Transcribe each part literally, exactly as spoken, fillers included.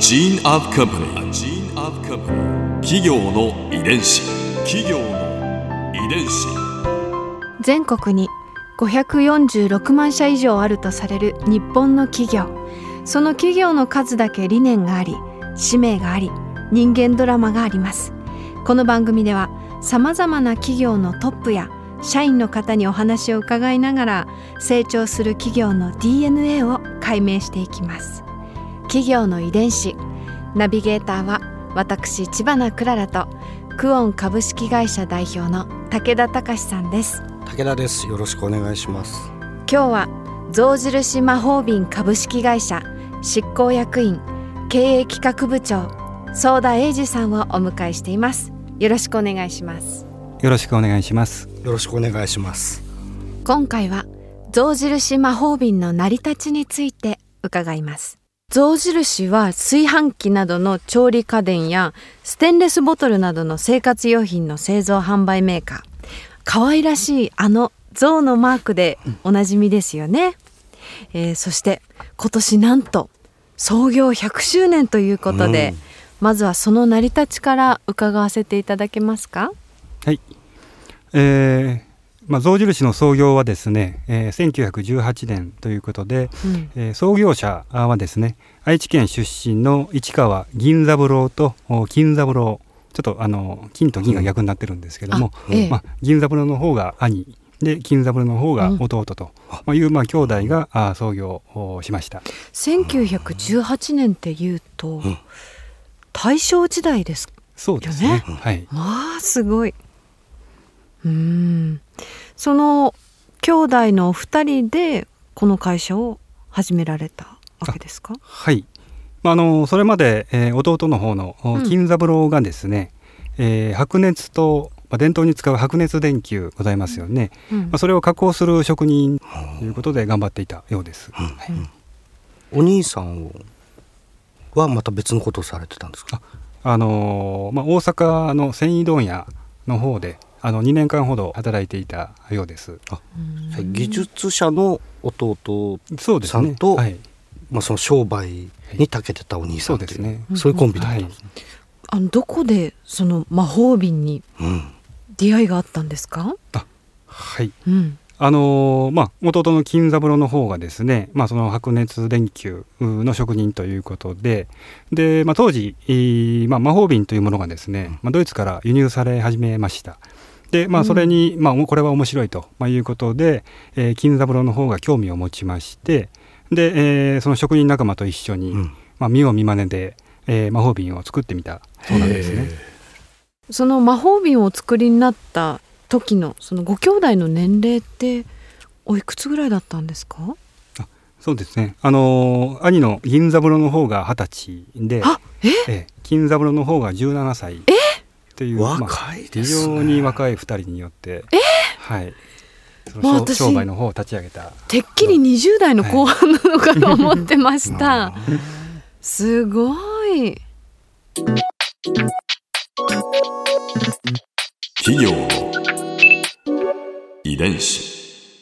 gene of company. A gene of company. 企業の遺伝子。企業の遺伝子。 全国にごひゃくよんじゅうろくまんしゃ以上あるとされる日本の企業。その企業の数だけ理念があり、使命があり、人間ドラマがあります。この番組ではさまざまな企業のトップや社員の方にお話を伺いながら、成長する企業の ディーエヌエー を解明していきます。企業の遺伝子。ナビゲーターは私知花クララとクオン株式会社代表の武田隆さんです。 武田です。よろしくお願いします。 今日は象印魔法瓶株式会社執行役員経営企画部長相田英二さんをお迎えしています。よろしくお願いします。 よろしくお願いします。 よろしくお願いします。 今回は象印魔法瓶の成り立ちについて伺います。象印は炊飯器などの調理家電やステンレスボトルなどの生活用品の製造販売メーカー。可愛らしいあの象のマークでおなじみですよね、えー、そして今年なんと創業ひゃくしゅうねんということで、うん、まずはその成り立ちから伺わせていただけますか。 はい、えーまあ、象印の創業はですね、えー、せんきゅうひゃくじゅうはちねんということで、うんえー、創業者はですね愛知県出身の市川銀三郎と金三郎、ちょっとあの金と銀が逆になってるんですけども、うんええまあ、銀三郎の方が兄で金三郎の方が弟と、うん、いう、まあ、兄弟があ創業しました。 せんきゅうひゃくじゅうはちねんっていうと、うん、大正時代ですよね。 そうですね、はい、 まあすごい。うーんその兄弟のお二人でこの会社を始められたわけですか。 はい、あのそれまで、えー、弟の方の金三郎がですね、うんえー、白熱と、まあ、伝統に使う白熱電球ございますよね、うんまあ、それを加工する職人ということで頑張っていたようです、うんはいうん、お兄さんはまた別のことをされてたんですか。 あ、あのーまあ、大阪の繊維問屋の方であのにねんかんほど働いていたようです。 あ技術者の弟さんと、ねはいまあ、その商売に長けてたお兄さんという、そうですね、そういうコンビだったんですね、はい、 あのどこでその魔法瓶に出会いがあったんですか。うん、 あはい、うんあのーまあ、弟の金三郎の方がですね、まあ、その白熱電球の職人ということで、で、まあ、当時、えーまあ、魔法瓶というものがですね、まあ、ドイツから輸入され始めました。でまあ、それに、うんまあ、これは面白いということで、えー、金三郎の方が興味を持ちまして、で、えー、その職人仲間と一緒に、うんまあ、見よう見まねで、えー、魔法瓶を作ってみたそうなんですね。 その魔法瓶をお作りになった時のそのご兄弟の年齢っておいくつぐらいだったんですか。 あそうですね、あのー、兄の銀三郎の方がはたちで、 あええー、金三郎の方がじゅうななさいという、 若いですね、 非常に若いふたりによって、 えーはいその、まあ、商売の方を立ち上げた。 てっきりにじゅう代の後半なのかと思ってました、はい、すごい。 企業の遺伝子。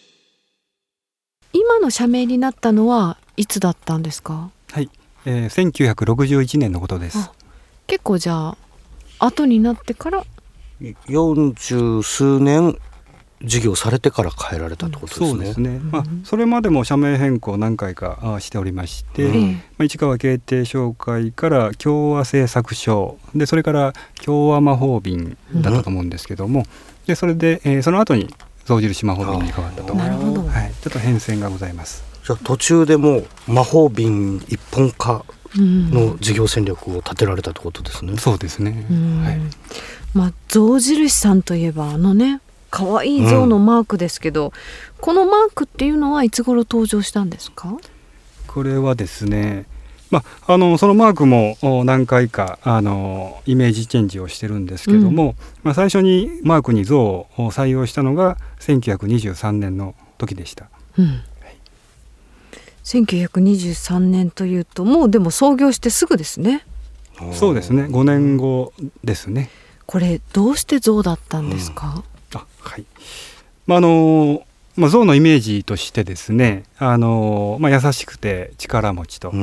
今の社名になったのはいつだったんですか。 はい、えー、せんきゅうひゃくろくじゅういちねんのことです。 結構じゃあ後になってからよんじゅうすうねん事業されてから変えられたってことですね。 そうですね、まあ、それまでも社名変更何回かしておりまして、うんまあ、市川慶定商会から共和製作所で、それから共和魔法瓶だったと思うんですけども、うん、でそれで、えー、その後に象印魔法瓶に変わったと。 なるほど、 はい、ちょっと変遷がございます。 じゃあ途中でもう魔法瓶一本化の事業戦略を立てられたってことですね。 うん、そうですね、はいまあ、象印さんといえばあのねかわいい象のマークですけど、うん、このマークっていうのはいつ頃登場したんですか。 これはですね、まあ、あのそのマークも何回かあのイメージチェンジをしてるんですけども、うんまあ、最初にマークに象を採用したのがせんきゅうひゃくにじゅうさんねんの時でした、うんはい、 せんきゅうひゃくにじゅうさんねんというともうでも創業してすぐですね。 そうですね、ごねんごですね。 これどうして象だったんですか。 うんあはいまあ、あのまあ、象のイメージとしてですね、あの、まあ、優しくて力持ちと、うん、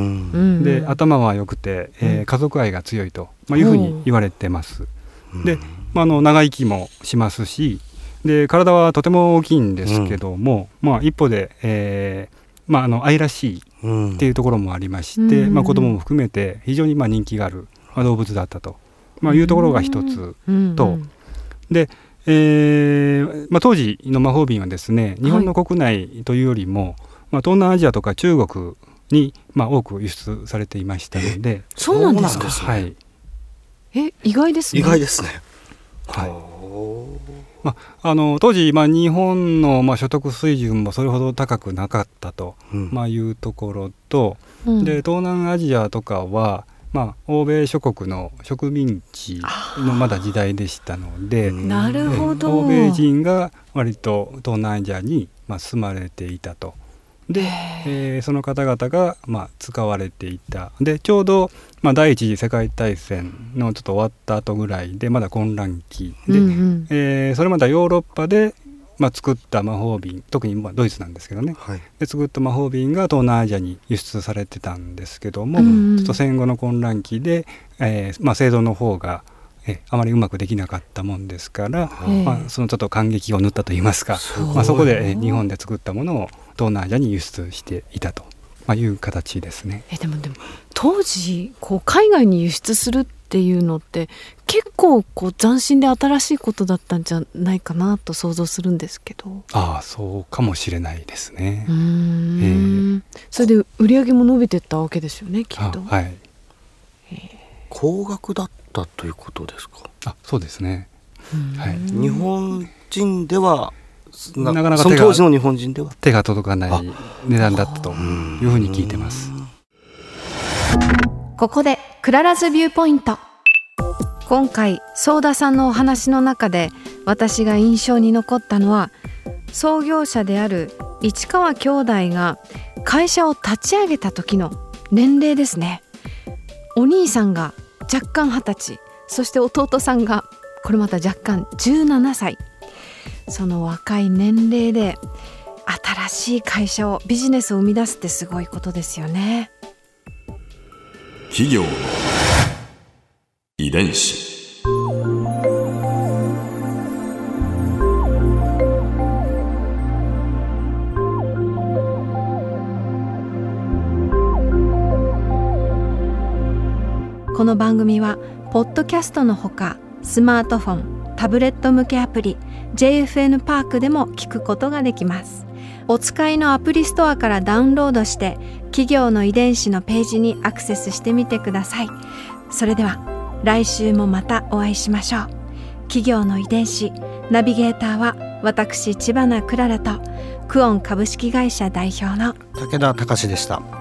で頭は良くて、えー、家族愛が強いと、まあ、いうふうに言われてます、うん、で、まあ、あの長生きもしますし、で体はとても大きいんですけども、うん、まあ、一方で、えーまあ、あの愛らしいっていうところもありまして、うん、まあ、子供も含めて非常にまあ人気がある動物だったと、まあ、いうところが一つと、うん、でえーまあ、当時の魔法瓶はですね、日本の国内というよりも、はい、まあ、東南アジアとか中国に、まあ、多く輸出されていましたので。 そうなんですか。 はい、 え意外ですね。 意外ですね。 はい、まあ、あの当時、まあ、日本の、まあ、所得水準もそれほど高くなかったと、うん、まあ、いうところと、うん、で東南アジアとかはまあ、欧米諸国の植民地のまだ時代でしたので、 なるほど、 欧米人が割と東南アジアにまあ住まれていたと。で、えー、その方々がまあ使われていた。でちょうどまあ第一次世界大戦のちょっと終わった後ぐらいでまだ混乱期で、うんうん、えー、それまでヨーロッパでまあ、作った魔法瓶、特にまあドイツなんですけどね、はい、で作った魔法瓶が東南アジアに輸出されてたんですけども、うん、ちょっと戦後の混乱期で、えーまあ、製造の方がえあまりうまくできなかったもんですから、まあ、そのちょっと感激を縫ったといいますか、まあ、そこでえ日本で作ったものを東南アジアに輸出していたと、まあ、いう形ですね。 えでもでも当時こう海外に輸出するっていうのって結構こう斬新で新しいことだったんじゃないかなと想像するんですけど。 ああ、そうかもしれないですね。 うーん、えー、それで売り上げも伸びてったわけですよね、きっと。 はい、 えー、高額だったということですか。 あ、そうですね、 はい、日本人ではなかなかその当時の日本人では手が届かない値段だったというふうに聞いてます。 ここでクララズビューポイント。今回相田さんのお話の中で私が印象に残ったのは、創業者である市川兄弟が会社を立ち上げた時の年齢ですね。お兄さんが若干はたち、そして弟さんがこれまた若干じゅうななさい。その若い年齢で新しい会社をビジネスを生み出すってすごいことですよね。 企業の遺伝子。 この番組はポッドキャストのほかスマートフォン、タブレット向けアプリ ジェイエフエヌ パークでも聞くことができます。お使いのアプリストアからダウンロードして企業の遺伝子のページにアクセスしてみてください。それでは来週もまたお会いしましょう。企業の遺伝子ナビゲーターは私知花くららとクオン株式会社代表の武田隆でした。